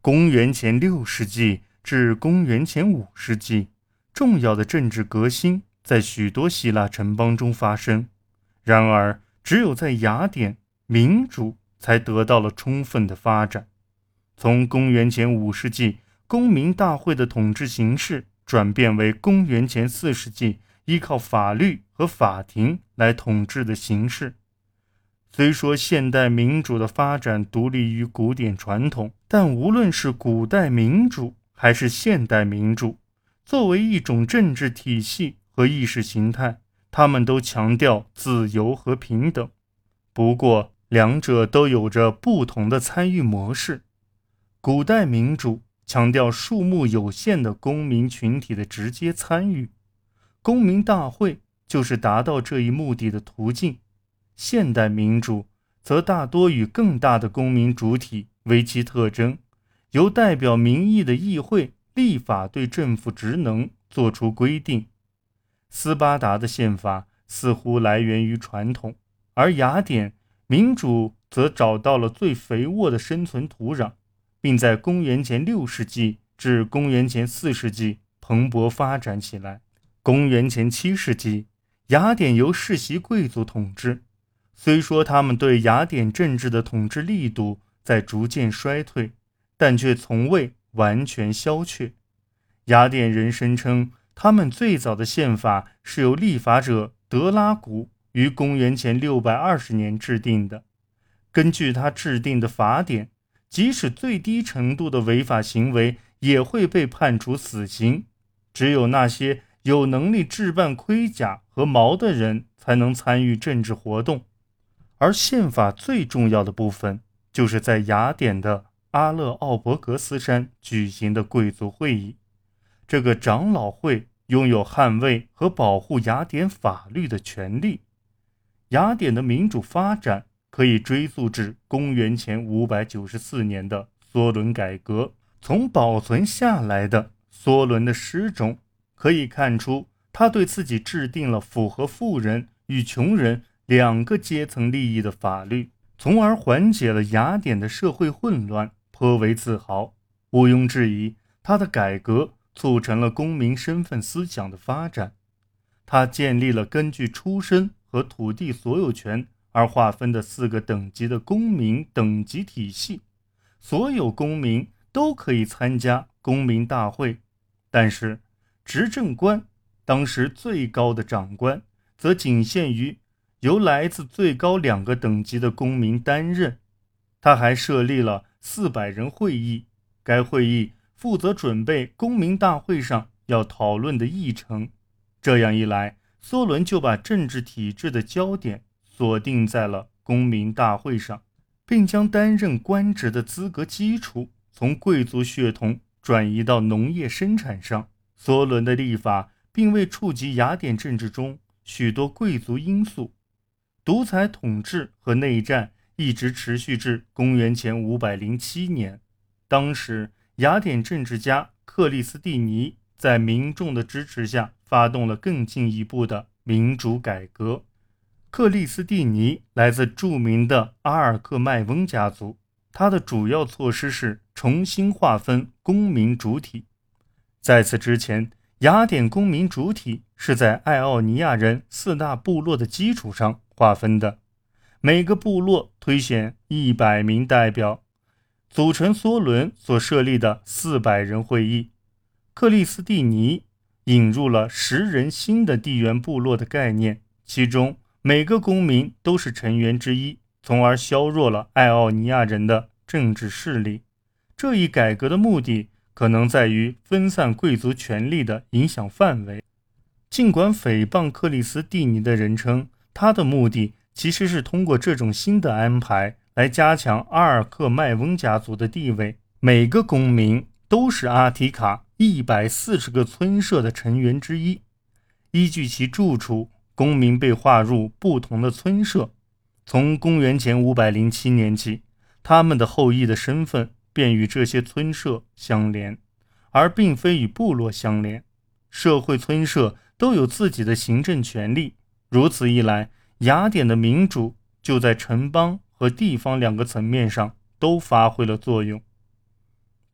公元前6世纪至公元前5世纪，重要的政治革新在许多希腊城邦中发生。然而，只有在雅典，民主才得到了充分的发展。从公元前5世纪公民大会的统治形式转变为公元前4世纪依靠法律和法庭来统治的形式。虽说现代民主的发展独立于古典传统，但无论是古代民主还是现代民主，作为一种政治体系和意识形态，他们都强调自由和平等。不过，两者都有着不同的参与模式。古代民主强调数目有限的公民群体的直接参与，公民大会就是达到这一目的的途径。现代民主则大多以更大的公民主体为其特征，由代表民意的议会立法对政府职能作出规定。斯巴达的宪法似乎来源于传统，而雅典民主则找到了最肥沃的生存土壤，并在公元前6世纪至公元前4世纪蓬勃发展起来。公元前7世纪，雅典由世袭贵族统治。虽说他们对雅典政治的统治力度在逐渐衰退，但却从未完全消却。雅典人声称，他们最早的宪法是由立法者德拉古于公元前620年制定的。根据他制定的法典，即使最低程度的违法行为也会被判处死刑，只有那些有能力置办盔甲和矛的人才能参与政治活动。而宪法最重要的部分，就是在雅典的阿勒奥伯格斯山举行的贵族会议。这个长老会拥有捍卫和保护雅典法律的权利。雅典的民主发展可以追溯至公元前594年的梭伦改革。从保存下来的梭伦的诗中可以看出，他对自己制定了符合富人与穷人两个阶层利益的法律，从而缓解了雅典的社会混乱，颇为自豪。毋庸置疑，他的改革促成了公民身份思想的发展。他建立了根据出身和土地所有权而划分的4个等级的公民等级体系，所有公民都可以参加公民大会，但是执政官，当时最高的长官，则仅限于由来自最高2个等级的公民担任。他还设立了400人会议，该会议负责准备公民大会上要讨论的议程。这样一来，梭伦就把政治体制的焦点锁定在了公民大会上，并将担任官职的资格基础从贵族血统转移到农业生产上。梭伦的立法并未触及雅典政治中许多贵族因素。独裁统治和内战一直持续至公元前507年。当时，雅典政治家克利斯蒂尼在民众的支持下发动了更进一步的民主改革。克利斯蒂尼来自著名的阿尔克迈翁家族，他的主要措施是重新划分公民主体。在此之前，雅典公民主体是在爱奥尼亚人4大部落的基础上划分的，每个部落推选100名代表，组成梭伦所设立的400人会议。克利斯蒂尼引入了10人新的地缘部落的概念，其中每个公民都是成员之一，从而削弱了爱奥尼亚人的政治势力。这一改革的目的可能在于分散贵族权力的影响范围。尽管诽谤克里斯蒂尼的人称，他的目的其实是通过这种新的安排来加强阿尔克迈翁家族的地位。每个公民都是阿提卡140个村社的成员之一，依据其住处，公民被划入不同的村社。从公元前507年起，他们的后裔的身份便与这些村社相连，而并非与部落相连。社会村社都有自己的行政权力，如此一来，雅典的民主就在城邦和地方2个层面上都发挥了作用。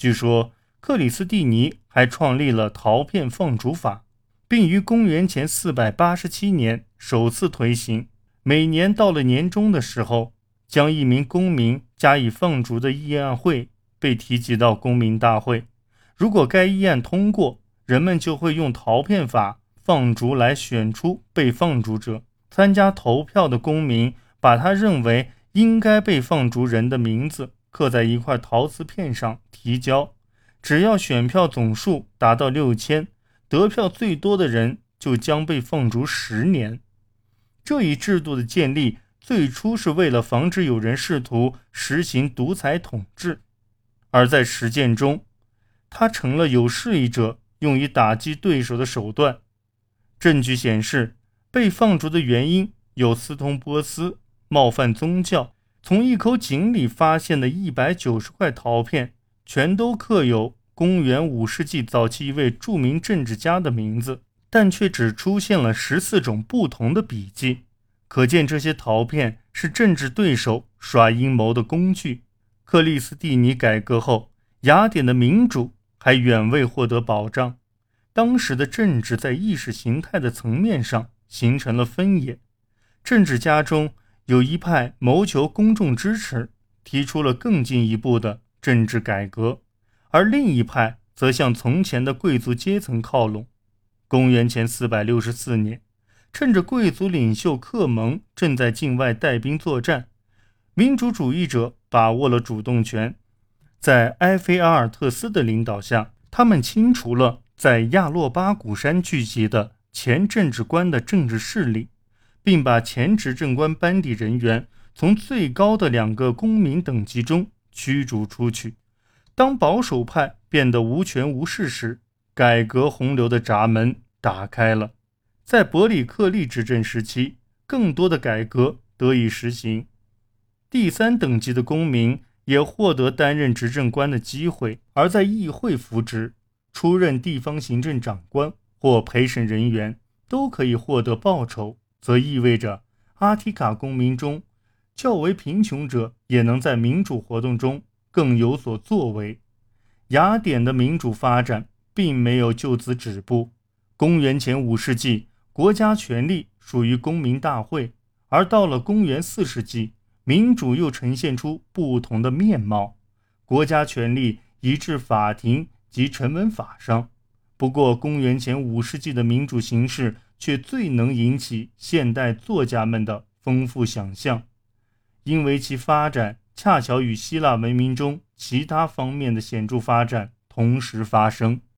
据说克里斯蒂尼还创立了陶片放逐法，并于公元前487年首次推行。每年到了年终的时候，将一名公民加以放逐的议案会被提及到公民大会。如果该议案通过，人们就会用陶片法放逐来选出被放逐者。参加投票的公民把他认为应该被放逐人的名字刻在一块陶瓷片上提交，只要选票总数达到6000，得票最多的人就将被放逐10年。这一制度的建立最初是为了防止有人试图实行独裁统治，而在实践中，它成了有势力者用以打击对手的手段。证据显示，被放逐的原因有斯通波斯冒犯宗教。从一口井里发现的190块陶片，全都刻有公元5世纪早期一位著名政治家的名字，但却只出现了14种不同的笔记，可见这些陶片是政治对手耍阴谋的工具。克里斯蒂尼改革后，雅典的民主还远未获得保障，当时的政治在意识形态的层面上形成了分野。政治家中有一派谋求公众支持，提出了更进一步的政治改革，而另一派则向从前的贵族阶层靠拢。公元前464年，趁着贵族领袖克蒙正在境外带兵作战，民主主义者把握了主动权。在埃菲阿尔特斯的领导下，他们清除了在亚洛巴谷山聚集的前政治官的政治势力，并把前执政官班底人员从最高的2个公民等级中驱逐出去。当保守派变得无权无势时，改革洪流的闸门打开了。在伯里克利执政时期，更多的改革得以实行。第3等级的公民也获得担任执政官的机会，而在议会服职、出任地方行政长官或陪审人员都可以获得报酬，则意味着阿提卡公民中较为贫穷者也能在民主活动中更有所作为。雅典的民主发展并没有就此止步。公元前5世纪，国家权力属于公民大会，而到了公元4世纪，民主又呈现出不同的面貌，国家权力移至法庭及成文法上。不过公元前5世纪的民主形式却最能引起现代作家们的丰富想象，因为其发展恰巧与希腊文明中其他方面的显著发展同时发生。